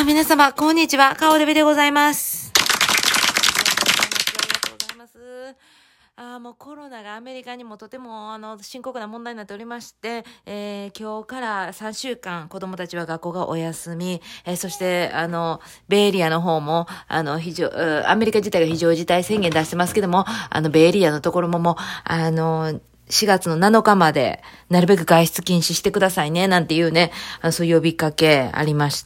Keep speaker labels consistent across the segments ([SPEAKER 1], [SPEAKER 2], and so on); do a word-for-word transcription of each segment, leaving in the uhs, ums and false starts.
[SPEAKER 1] あ、皆様、こんにちは。顔デビでございます。ありがとうございます。あもうコロナがアメリカにもとてもあの深刻な問題になっておりまして、えー、今日からさんしゅうかん子供たちは学校がお休み、えー、そしてあのベイエリアの方もあの非常アメリカ自体が非常事態宣言出してますけども、あのベイエリアのところももうあのしがつのなのかまでなるべく外出禁止してくださいねなんていうね、あのそういう呼びかけありました。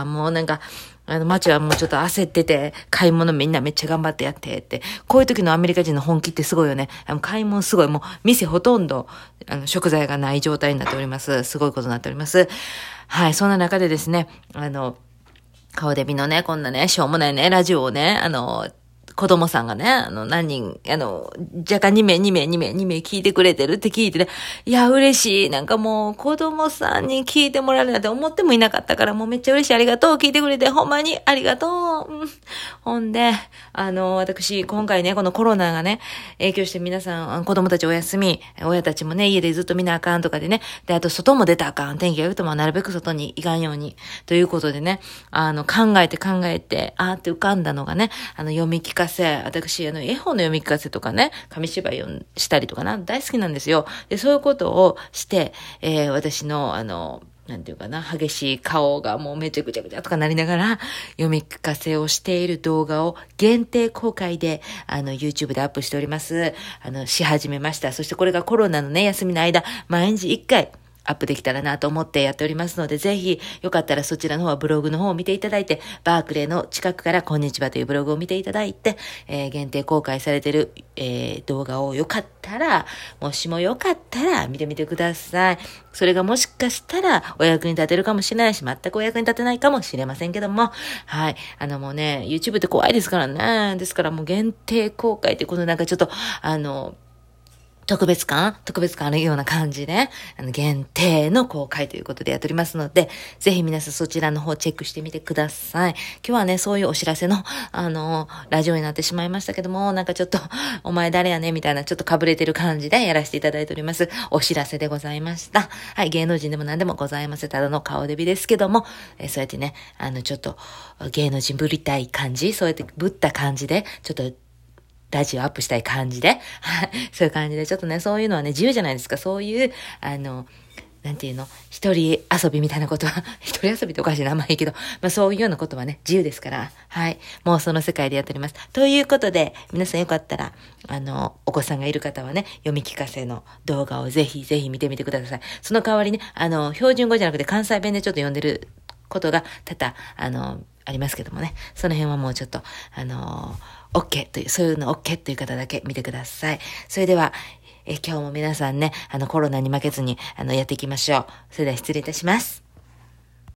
[SPEAKER 1] もうなんかあの、街はもうちょっと焦ってて、買い物みんなめっちゃ頑張ってやってって。こういう時のアメリカ人の本気ってすごいよね。あの買い物すごい。もう、店ほとんど、あの、食材がない状態になっております。すごいことになっております。はい、そんな中でですね、あの、顔デビのね、こんなね、しょうもないね、ラジオをね、あの、子供さんがね、あの、何人、あの、若干にめい、にめい、にめい、にめい聞いてくれてるって聞いてね、いや、嬉しい。なんかもう、子供さんに聞いてもらえるなんて思ってもいなかったから、もうめっちゃ嬉しい。ありがとう。聞いてくれて、ほんまにありがとう。うん、ほんで、あの、私、今回ね、このコロナがね、影響して皆さん、子供たちお休み、親たちもね、家でずっと見なあかんとかでね、で、あと、外も出たらあかん。天気が良くてもなるべく外に行かんように。ということでね、あの、考えて考えて、あーって浮かんだのがね、あの、読み聞か私、あの、絵本の読み聞かせとかね、紙芝居をしたりとかな、大好きなんですよ。で、そういうことをして、えー、私の、あの、なんていうかな、激しい顔がもうめちゃくちゃくちゃとかなりながら、読み聞かせをしている動画を限定公開で、あの、YouTube でアップしております。あの、し始めました。そしてこれがコロナのね、休みの間、毎日いっかい、アップできたらなと思ってやっておりますので、ぜひ、よかったらそちらの方はブログの方を見ていただいて、バークレーの近くからこんにちはというブログを見ていただいて、えー、限定公開されている、えー、動画をよかったら、もしもよかったら見てみてください。それがもしかしたらお役に立てるかもしれないし、全くお役に立てないかもしれませんけども、はい。あのもうね、YouTube って怖いですからね。ですからもう限定公開ってこのなんかちょっと、あの、特別感特別感あるような感じで、あの、限定の公開ということでやっておりますので、ぜひ皆さんそちらの方チェックしてみてください。今日はね、そういうお知らせの、あの、ラジオになってしまいましたけども、なんかちょっと、お前誰やねみたいな、ちょっと被れてる感じでやらせていただいております。お知らせでございました。はい、芸能人でも何でもございません。ただの顔デビですけども、えー、そうやってね、あの、ちょっと、芸能人ぶりたい感じ、そうやってぶった感じで、ちょっと、ラジオアップしたい感じで、はい、そういう感じで、ちょっとね、そういうのはね、自由じゃないですか。そういう、あの、なんていうの、一人遊びみたいなことは、一人遊びっておかしい名前いいけど、まあそういうようなことはね、自由ですから、はい。もうその世界でやっております。ということで、皆さんよかったら、あの、お子さんがいる方はね、読み聞かせの動画をぜひぜひ見てみてください。その代わりね、あの、標準語じゃなくて関西弁でちょっと読んでることが多々、あの、ありますけどもね、その辺はもうちょっと、あの、OK という、そういうの OK という方だけ見てください。それでは、え今日も皆さんね、あのコロナに負けずに、あの、やっていきましょう。それでは失礼いたします。